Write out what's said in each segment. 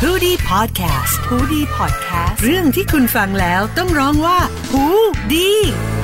ฮูดี้พอดแคสต์ฮูดี้พอดแคสต์เรื่องที่คุณฟังแล้วต้องร้องว่าฮูดี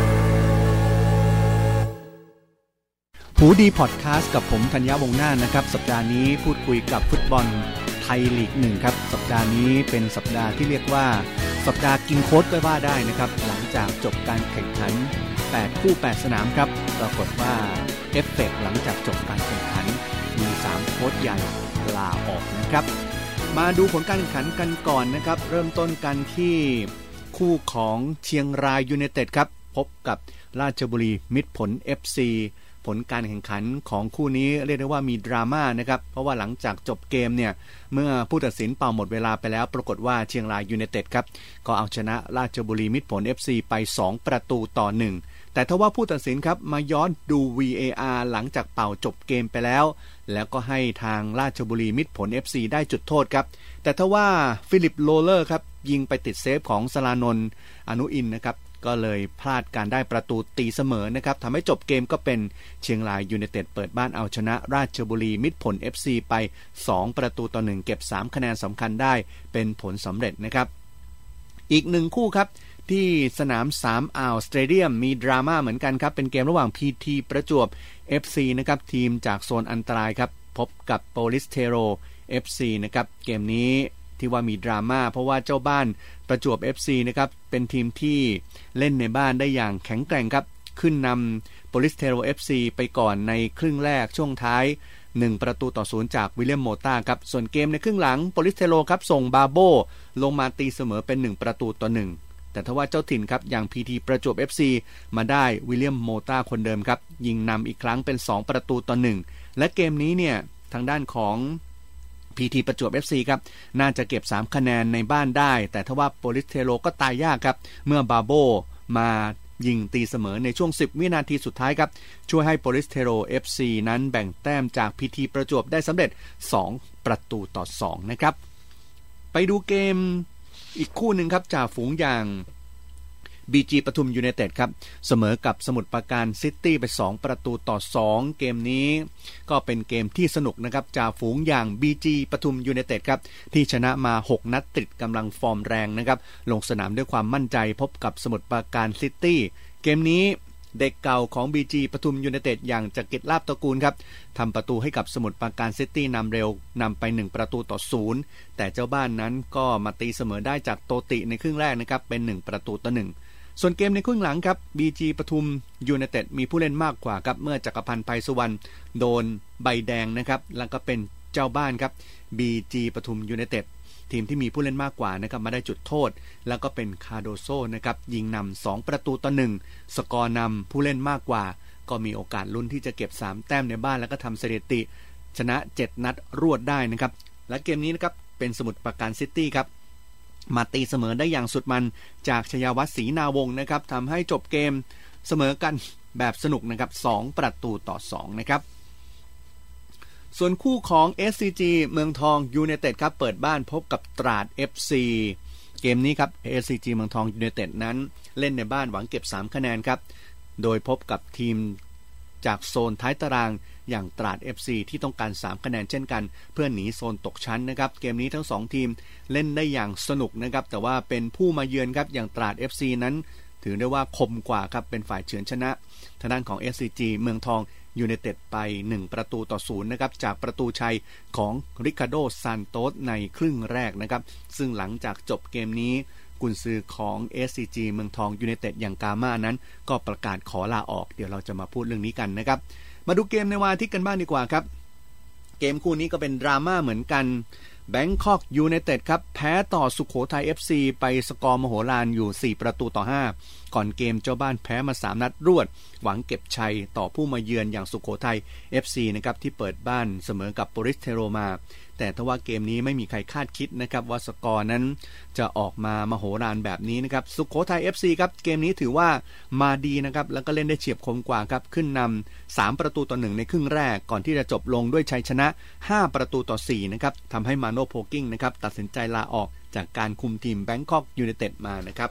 ฮูดี้พอดแคสต์กับผมธัญญาวงศ์นาถนะครับสัปดาห์นี้พูดคุยกับฟุตบอลไทยลีก1ครับสัปดาห์นี้เป็นสัปดาห์ที่เรียกว่าสัปดาห์กินโค้ดก็ว่าได้นะครับหลังจากจบการแข่งขัน8คู่8สนามครับปรากฏว่าเอฟเฟกต์หลังจากจบการแข่งขันมี3โค้ชใหญ่ลาออกนะครับมาดูผลการแข่งขันกันก่อนนะครับเริ่มต้นกันที่คู่ของเชียงรายยูไนเต็ดครับพบกับราชบุรีมิตรผล FC ผลการแข่งขันของคู่นี้เรียกได้ว่ามีดราม่านะครับเพราะว่าหลังจากจบเกมเนี่ยเมื่อผู้ตัดสินเป่าหมดเวลาไปแล้วปรากฏว่าเชียงรายยูไนเต็ดครับก็เอาชนะราชบุรีมิตรผล FC ไป2-1แต่ทว่าผู้ตัดสินครับมาย้อนดู VAR หลังจากเป่าจบเกมไปแล้วก็ให้ทางราชบุรีมิตรผล FC ได้จุดโทษครับแต่ทว่าฟิลิปโรเลอร์ครับยิงไปติดเซฟของสรานนท์อนุอินทร์นะครับก็เลยพลาดการได้ประตูตีเสมอนะครับทำให้จบเกมก็เป็นเชียงรายยูไนเต็ดเปิดบ้านเอาชนะราชบุรีมิตรผล FC ไป2-1เก็บ3คะแนนสำคัญได้เป็นผลสำเร็จนะครับอีก1คู่ครับที่สนาม3อ่าวสเตเดียมมีดราม่าเหมือนกันครับเป็นเกมระหว่าง PT ประจวบ FC นะครับทีมจากโซนอันตรายครับพบกับโปลิสเทโร FC นะครับเกมนี้ที่ว่ามีดราม่าเพราะว่าเจ้าบ้านประจวบ FC นะครับเป็นทีมที่เล่นในบ้านได้อย่างแข็งแกร่งครับขึ้นนำโปลิสเทโร FC ไปก่อนในครึ่งแรกช่วงท้าย1-0จากวิลเลียมโมต้าครับส่วนเกมในครึ่งหลังโปลิสเทโรครับส่งบาโบลงมาตีเสมอเป็น1-1แต่ทว่าเจ้าถิ่นครับอย่าง PT ประจวบ FC มาได้วิลเลียมโมต้าคนเดิมครับยิงนำอีกครั้งเป็น2-1และเกมนี้เนี่ยทางด้านของ PT ประจวบ FC ครับน่าจะเก็บ3คะแนนในบ้านได้แต่ทว่าโปลิสเทโรก็ตายยากครับเมื่อบาโบมายิงตีเสมอในช่วง10วินาทีสุดท้ายครับช่วยให้โปลิสเทโร FC นั้นแบ่งแต้มจาก PT ประจวบได้สำเร็จ2-2นะครับไปดูเกมอีกคู่หนึ่งครับจ่าฝูงอย่าง BG ปทุมยูไนเต็ดครับเสมอกับสมุทรปราการซิตี้ไป2-2เกมนี้ก็เป็นเกมที่สนุกนะครับจ่าฝูงอย่าง BG ปทุมยูไนเต็ดครับที่ชนะมา6นัดติดกำลังฟอร์มแรงนะครับลงสนามด้วยความมั่นใจพบกับสมุทรปราการซิตี้เกมนี้เด็กเก่าของ BG ปทุมยูไนเต็ดอย่างจักริด ลาภตระกูลครับทำประตูให้กับสมุทรปราการซิตี้นำเร็วนำไป1-0แต่เจ้าบ้านนั้นก็มาตีเสมอได้จากโตติในครึ่งแรกนะครับเป็น1-1ส่วนเกมในครึ่งหลังครับ BG ปทุมยูไนเต็ดมีผู้เล่นมากกว่าครับเมื่อจักรพันธ์ไพสุวรรณโดนใบแดงนะครับแล้วก็เป็นเจ้าบ้านครับ BG ปทุมยูไนเต็ดทีมที่มีผู้เล่นมากกว่านะครับมาได้จุดโทษแล้วก็เป็นคาโดโซนะครับยิงนำ2-1สกอร์นำผู้เล่นมากกว่าก็มีโอกาสลุ้นที่จะเก็บ3แต้มในบ้านแล้วก็ทำสถิติชนะ7นัดรวดได้นะครับและเกมนี้นะครับเป็นสมุทรปราการซิตี้ครับมาตีเสมอได้อย่างสุดมันจากชยวัฒน์ศรีนาวงศ์นะครับทำให้จบเกมเสมอกันแบบสนุกนะครับ2-2นะครับส่วนคู่ของ SCG เมืองทองยูไนเต็ดครับเปิดบ้านพบกับตราด FC เกมนี้ครับ SCG เมืองทองยูไนเต็ดนั้นเล่นในบ้านหวังเก็บ3คะแนนครับโดยพบกับทีมจากโซนท้ายตารางอย่างตราด FC ที่ต้องการ3คะแนนเช่นกันเพื่อหนีโซนตกชั้นนะครับเกมนี้ทั้ง2ทีมเล่นได้อย่างสนุกนะครับแต่ว่าเป็นผู้มาเยือนครับอย่างตราด FC นั้นถือได้ว่าคมกว่าครับเป็นฝ่ายเฉือนชนะทางด้านของ SCG เมืองทองยูไนเต็ดไป1-0นะครับจากประตูชัยของริคาร์โดซานโตสในครึ่งแรกนะครับซึ่งหลังจากจบเกมนี้กุนซือของ SCG เมืองทองยูไนเต็ดอย่างกาม่านั้นก็ประกาศขอลาออกเดี๋ยวเราจะมาพูดเรื่องนี้กันนะครับมาดูเกมในวันอาทิตย์กันบ้างดีกว่าครับเกมคู่นี้ก็เป็นดราม่าเหมือนกันแบงคอกยูไนเต็ดครับแพ้ต่อสุโขทัย FC ไปสกอร์มโหฬารอยู่4-5ก่อนเกมเจ้าบ้านแพ้มา3นัดรวดหวังเก็บชัยต่อผู้มาเยือนอย่างสุโขทัย FC นะครับที่เปิดบ้านเสมอกับโปลิสเทโรมาแต่ทว่าเกมนี้ไม่มีใครคาดคิดนะครับว่าสกอร์นั้นจะออกมามโหฬารแบบนี้นะครับสุโขทัย FC ครับเกมนี้ถือว่ามาดีนะครับแล้วก็เล่นได้เฉียบคมกว่าครับขึ้นนำ3-1ในครึ่งแรกก่อนที่จะจบลงด้วยชัยชนะ5-4นะครับทำให้มาโนโพกิ้งนะครับตัดสินใจลาออกจากการคุมทีมแบงคอกยูไนเต็ดมานะครับ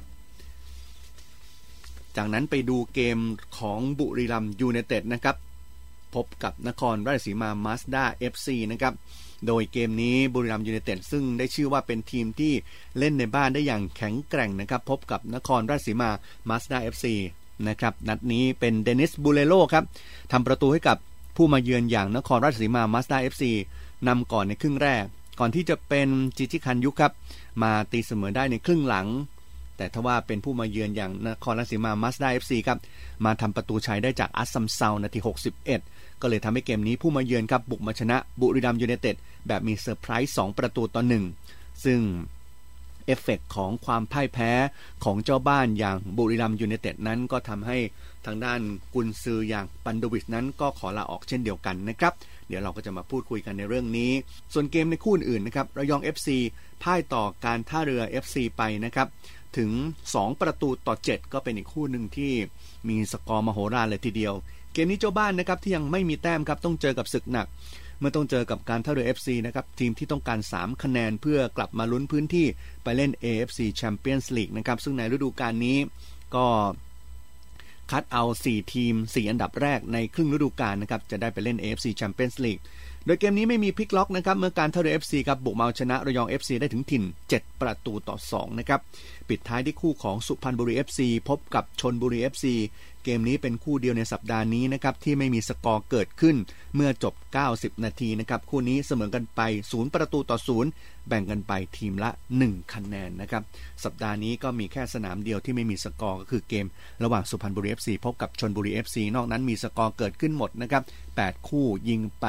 จากนั้นไปดูเกมของบุรีรัมย์ยูไนเต็ดนะครับพบกับนครราชสีมามาสด้า FC นะครับโดยเกมนี้บุรีรัมย์ยูไนเต็ดซึ่งได้ชื่อว่าเป็นทีมที่เล่นในบ้านได้อย่างแข็งแกร่งนะครับพบกับนครราชสีมามาสด้า FC นะครับนัดนี้เป็นเดนิสบูเลโลครับทำประตูให้กับผู้มาเยือนอย่างนครราชสีมามาสด้า FC นำก่อนในครึ่งแรกก่อนที่จะเป็นจิจิคันยุครับมาตีเสมอได้ในครึ่งหลังแต่ทว่าเป็นผู้มาเยือนอย่างนครราชสีมามาสด้า FC ครับมาทำประตูชัยได้จากอัสซัมเซานาที61ก็เลยทำให้เกมนี้ผู้มาเยือนครับบุกมาชนะบุรีรัมย์ยูไนเต็ดแบบมีเซอร์ไพรส์2ประตูต่อ1ซึ่งเอฟเฟกต์ของความพ่ายแพ้ของเจ้าบ้านอย่างบุรีรัมย์ยูไนเต็ดนั้นก็ทำให้ทางด้านกุนซืออย่างปันโดวิชนั้นก็ขอลาออกเช่นเดียวกันนะครับเดี๋ยวเราก็จะมาพูดคุยกันในเรื่องนี้ส่วนเกมในคู่อื่นนะครับระยอง FC พ่ายต่อการท่าเรือ FC ไปนะครับถึง2ประตูต่อ7ก็เป็นอีกคู่หนึ่งที่มีสกอร์มโหฬารเลยทีเดียวเกมนี้เจ้าบ้านนะครับที่ยังไม่มีแต้มครับต้องเจอกับศึกหนักเมื่อต้องเจอกับการท่าเรือ FC นะครับทีมที่ต้องการ3คะแนนเพื่อกลับมาลุ้นพื้นที่ไปเล่น AFC Champions League นะครับซึ่งในฤดูกาลนี้ก็คัดเอา4ทีม4อันดับแรกในครึ่งฤดูกาลนะครับจะได้ไปเล่น AFC Champions League โดยเกมนี้ไม่มีพลิกล็อกนะครับเมื่อการท่าเรือ FC ครับบุกมาเอาชนะระยอง FC ได้ถึงถิ่น7ประตูต่อ2นะครับปิดท้ายที่คู่ของสุพรรณบุรี FC พบกับชลบุรี FC เกมนี้เป็นคู่เดียวในสัปดาห์นี้นะครับที่ไม่มีสกอร์เกิดขึ้นเมื่อจบ90นาทีนะครับคู่นี้เสมอกันไป0ประตูต่อ0แบ่งกันไปทีมละ1คะแนนนะครับสัปดาห์นี้ก็มีแค่สนามเดียวที่ไม่มีสกอร์ก็คือเกมระหว่างสุพรรณบุรี FC พบกับชลบุรี FC นอกนั้นมีสกอร์เกิดขึ้นหมดนะครับ8คู่ยิงไป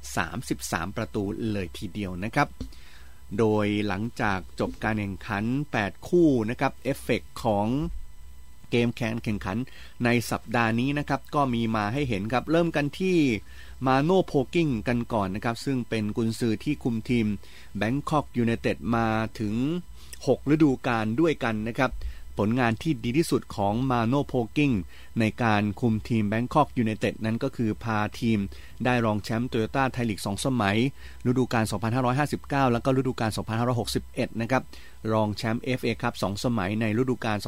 33ประตูเลยทีเดียวนะครับโดยหลังจากจบการแข่งขัน8คู่นะครับเอฟเฟกต์ของเกมแข่งขันในสัปดาห์นี้นะครับก็มีมาให้เห็นครับเริ่มกันที่มาโน่โพกิ้งกันก่อนนะครับซึ่งเป็นกุนซือที่คุมทีมแบงคอกยูไนเต็ดมาถึง6ฤดูกาลด้วยกันนะครับผลงานที่ดีที่สุดของมาโน่โพกิ้งในการคุมทีมแบงคอกยูไนเต็ดนั้นก็คือพาทีมได้รองแชมป์โตโยต้าไทยลีก2สมัยฤดูกาล2559แล้วก็ฤดูกาล2561นะครับรองแชมป์ FA คัพ2สมัยในฤดูกาล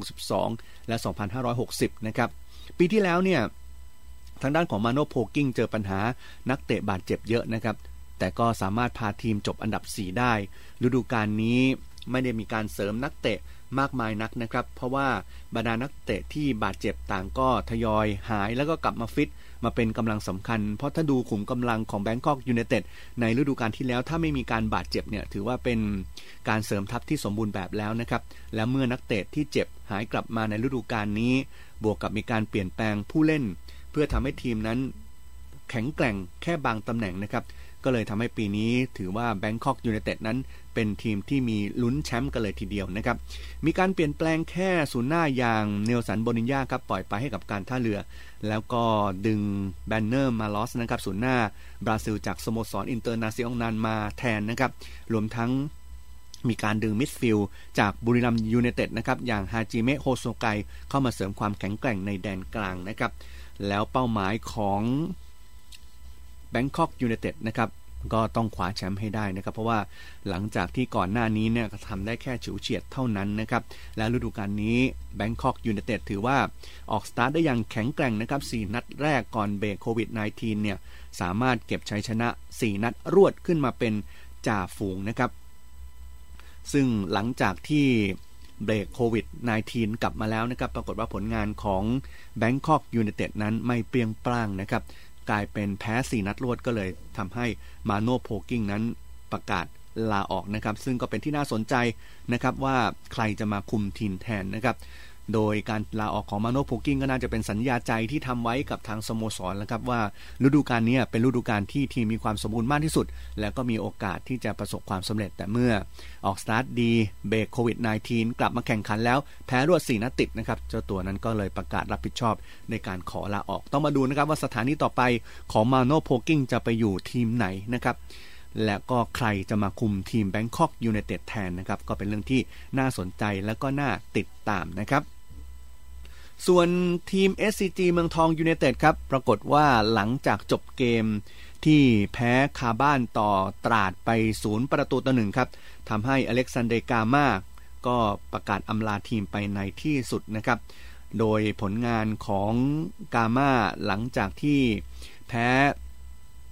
2562และ2560นะครับปีที่แล้วเนี่ยทางด้านของมาโน่โพกิ้งเจอปัญหานักเตะบาดเจ็บเยอะนะครับแต่ก็สามารถพาทีมจบอันดับ4ได้ฤดูกาลนี้ไม่ได้มีการเสริมนักเตะมากมายนักนะครับเพราะว่าบรรดานักเตะที่บาดเจ็บต่างก็ทยอยหายแล้วก็กลับมาฟิตมาเป็นกำลังสำคัญเพราะถ้าดูขุมกำลังของแบงคอกยูไนเต็ดในฤดูกาลที่แล้วถ้าไม่มีการบาดเจ็บเนี่ยถือว่าเป็นการเสริมทัพที่สมบูรณ์แบบแล้วนะครับและเมื่อนักเตะที่เจ็บหายกลับมาในฤดูกาลนี้บวกกับมีการเปลี่ยนแปลงผู้เล่นเพื่อทำให้ทีมนั้นแข็งแกร่งแค่บางตำแหน่งนะครับก็เลยทำให้ปีนี้ถือว่าแบงคอกยูไนเต็ดนั้นเป็นทีมที่มีลุ้นแชมป์กันเลยทีเดียวนะครับมีการเปลี่ยนแปลงแค่ศูนย์หน้าอย่างเนลสันโบนิญญาครับปล่อยไปให้กับการท่าเรือแล้วก็ดึงแบนเนอร์มาลอสนะครับศูนย์หน้าบราซิลจากสโมสรอินเตอร์นาซิออนัลมาแทนนะครับรวมทั้งมีการดึงมิดฟิลด์จากบุรีรัมย์ยูไนเต็ดนะครับอย่างฮาจิเมะโฮโซไกเข้ามาเสริมความแข็งแกร่งในแดนกลางนะครับแล้วเป้าหมายของแบงคอกยูไนเต็ดนะครับก็ต้องคว้าแชมป์ให้ได้นะครับเพราะว่าหลังจากที่ก่อนหน้านี้เนี่ยทำได้แค่ฉิวเฉียดเท่านั้นนะครับและฤดูกาลนี้แบงคอกยูไนเต็ดถือว่าออกสตาร์ทได้อย่างแข็งแกร่งนะครับ4นัดแรกก่อนเบรกโควิด -19 เนี่ยสามารถเก็บชัยชนะ4นัดรวดขึ้นมาเป็นจ่าฝูงนะครับซึ่งหลังจากที่เบรกโควิด -19 กลับมาแล้วนะครับปรากฏว่าผลงานของแบงคอกยูไนเต็ดนั้นไม่เปรี้ยงปร้างนะครับกลายเป็นแพ้4นัดรวดก็เลยทำให้มาโน่โพกิ้งนั้นประกาศลาออกนะครับซึ่งก็เป็นที่น่าสนใจนะครับว่าใครจะมาคุมทีมแทนนะครับโดยการลาออกของมาโน่โพกิ้งก็น่าจะเป็นสัญญาใจที่ทำไว้กับทางสโมสรแล้วครับว่าฤดูกาลนี้เป็นฤดูกาลที่ทีมมีความสมบูรณ์มากที่สุดแล้วก็มีโอกาสที่จะประสบความสำเร็จแต่เมื่อออกสตาร์ทดีเบรกโควิด -19 กลับมาแข่งขันแล้วแพ้รวด4นัดติดนะครับเจ้าตัวนั้นก็เลยประกาศรับผิดชอบในการขอลาออกต้องมาดูนะครับว่าสถานีต่อไปของมาโน่โพกิ้งจะไปอยู่ทีมไหนนะครับและก็ใครจะมาคุมทีมแบงคอกยูไนเต็ดแทนนะครับก็เป็นเรื่องที่น่าสนใจและก็น่าติดตามนะครับส่วนทีม SCG เมืองทองยูไนเต็ดครับปรากฏว่าหลังจากจบเกมที่แพ้คาบ้านต่อตราดไป0ประตูต่อ1ครับทำให้อเล็กซานเดร์กาม่าก็ประกาศอำลาทีมไปในที่สุดนะครับโดยผลงานของกาม่าหลังจากที่แพ้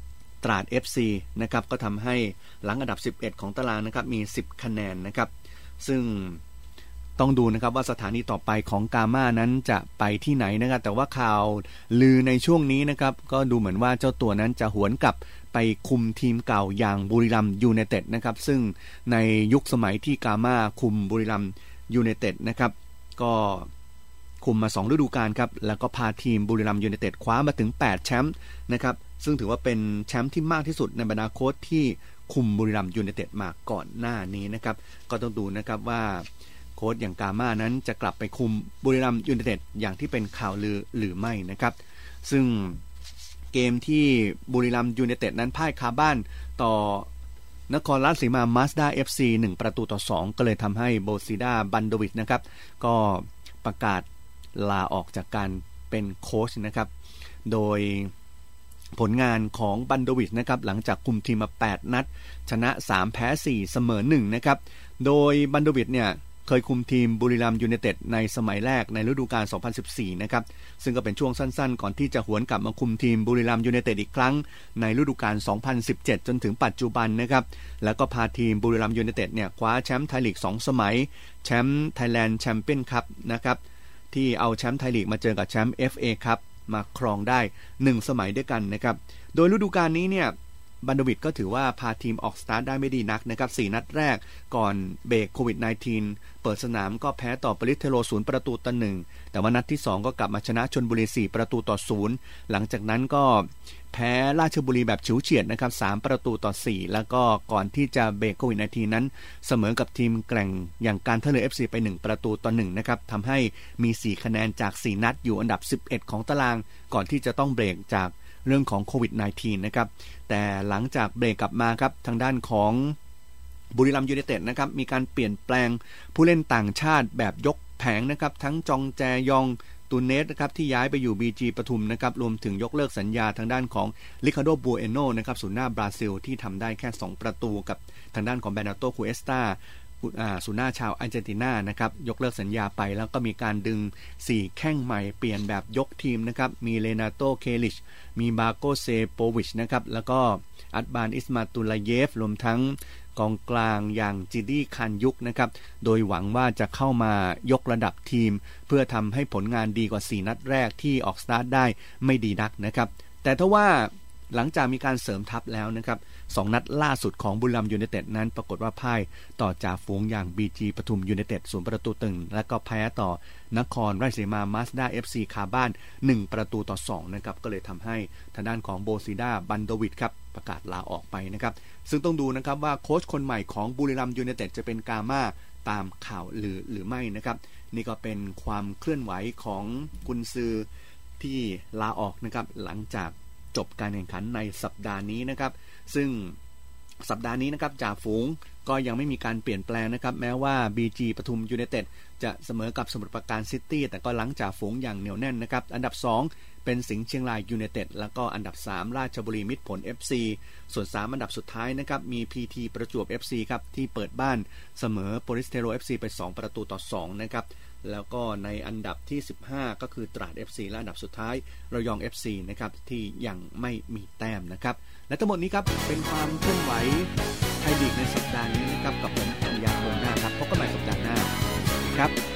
ตราด FC นะครับก็ทำให้หลังอันดับ11ของตารางนะครับมี10คะแนนนะครับซึ่งต้องดูนะครับว่าสถานีต่อไปของกาม่านั้นจะไปที่ไหนนะครับแต่ว่าข่าวลือในช่วงนี้นะครับก็ดูเหมือนว่าเจ้าตัวนั้นจะหวนกลับไปคุมทีมเก่าอย่างบุรีรัมย์ยูไนเต็ดนะครับซึ่งในยุคสมัยที่กาม่าคุมบุรีรัมย์ยูไนเต็ดนะครับก็คุมมา2ฤดูกาลครับแล้วก็พาทีมบุรีรัมย์ยูไนเต็ดคว้ามาถึง8แชมป์นะครับซึ่งถือว่าเป็นแชมป์ที่มากที่สุดในบรรดาโค้ชที่คุมบุรีรัมย์ยูไนเต็ดมาก่อนหน้านี้นะครับก็ต้องดูนะครับว่าโค้ชอย่างกาม่านั้นจะกลับไปคุมบุรีรัมย์ยูไนเต็ดอย่างที่เป็นข่าวลือหรือไม่นะครับซึ่งเกมที่บุรีรัมย์ยูไนเต็ดนั้นพ่ายคาบ้านต่อนครราชสีมามาสด้า FC 1-2ก็เลยทำให้โบซิดาบันโดวิชนะครับก็ประกาศลาออกจากการเป็นโค้ชนะครับโดยผลงานของบันโดวิชนะครับหลังจากคุมทีมมา8นัดชนะ3แพ้4เสมอ1นะครับโดยบันโดวิชเนี่ยเคยคุมทีมบุรีรัมย์ยูไนเต็ดในสมัยแรกในฤดูกาล 2014 นะครับซึ่งก็เป็นช่วงสั้นๆก่อนที่จะหวนกลับมาคุมทีมบุรีรัมย์ยูไนเต็ดอีกครั้งในฤดูกาล 2017 จนถึงปัจจุบันนะครับแล้วก็พาทีมบุรีรัมย์ยูไนเต็ดเนี่ยคว้าแชมป์ไทยลีก2สมัยแชมป์ไทยแลนด์แชมเปี้ยนคัพนะครับที่เอาแชมป์ไทยลีกมาเจอกับแชมป์ FA คัพมาครองได้1สมัยด้วยกันนะครับโดยฤดูกาลนี้เนี่ยบันโดวิชก็ถือว่าพาทีมออกสตาร์ทได้ไม่ดีนักนะครับ4นัดแรกก่อนเบรกโควิด -19 เปิดสนามก็แพ้ต่อปริสเทโร0-1แต่ว่านัดที่2ก็กลับมาชนะชลบุรี4-0หลังจากนั้นก็แพ้ราชบุรีแบบฉิวเฉียดนะครับ3-4แล้วก็ก่อนที่จะเบรกโควิด -19 นั้นเสมอกับทีมแกร่งอย่างการท่าเรือ FC ไป1-1นะครับทำให้มี4คะแนนจาก4นัดอยู่อันดับ11ของตารางก่อนที่จะต้องเบรกจากเรื่องของโควิด -19 นะครับแต่หลังจากเบรกกลับมาครับทางด้านของบุรีรัมย์ยูไนเต็ดนะครับมีการเปลี่ยนแปลงผู้เล่นต่างชาติแบบยกแผงนะครับทั้งจองแจยองตูเนสนะครับที่ย้ายไปอยู่ BG ปทุมนะครับรวมถึงยกเลิกสัญญาทางด้านของริคาร์โด บูเอโนนะครับศูนย์หน้าบราซิลที่ทำได้แค่2ประตูกับทางด้านของเบนาโต คูเอสตาศูนย์หน้าชาวอาร์เจนตินานะครับยกเลิกสัญญาไปแล้วก็มีการดึง4แข้งใหม่เปลี่ยนแบบยกทีมนะครับมีเลนาโต เคลิชมีบาโกเซโปวิชนะครับแล้วก็อัดบานอิสมาตุลาเยฟรวมทั้งกองกลางอย่างจิดี้คันยุกนะครับโดยหวังว่าจะเข้ามายกระดับทีมเพื่อทำให้ผลงานดีกว่า4นัดแรกที่ออกสตาร์ทได้ไม่ดีนักนะครับแต่ถ้าว่าหลังจากมีการเสริมทัพแล้วนะครับ2นัดล่าสุดของบุรีรัมย์ยูไนเต็ดนั้นปรากฏว่าพ่ายต่อจ่าฝูงอย่าง BG ปทุมยูไนเต็ด0-1และก็แพ้ต่อนครราชสีมามาสด้า FC คาบ้าน1-2นะครับก็เลยทำให้ทางด้านของโบซิดาบันโดวิชครับประกาศลาออกไปนะครับซึ่งต้องดูนะครับว่าโค้ชคนใหม่ของบุรีรัมย์ยูไนเต็ดจะเป็นกาม่าตามข่าวหรือไม่นะครับนี่ก็เป็นความเคลื่อนไหวของกุนซือที่ลาออกนะครับหลังจากจบการแข่งขันในสัปดาห์นี้นะครับซึ่งสัปดาห์นี้นะครับจ่าฝูงก็ยังไม่มีการเปลี่ยนแปลงนะครับแม้ว่า BG ปทุมยูไนเต็ดจะเสมอกับสมุทรปราการซิตี้แต่ก็หลังจ่าฝูงอย่างเหนียวแน่นนะครับอันดับ2เป็นสิงห์เชียงรายยูไนเต็ดแล้วก็อันดับ3ราชบุรีมิตรผล FC ส่วน3อันดับสุดท้ายนะครับมี PT ประจวบ FC ครับที่เปิดบ้านเสมอโปลิสเทโร FC ไป2-2นะครับแล้วก็ในอันดับที่15ก็คือตราด FC และอันดับสุดท้ายระยอง FC นะครับที่ยังไม่มีแต้มนะครับและทั้งหมดนี้ครับเป็นความเคลื่อนไหวไทยลีกในสัปดาห์นี้นะครับกับผมปัญญา โมงหน้าครับพบกันใหม่สัปดาห์หน้าครับ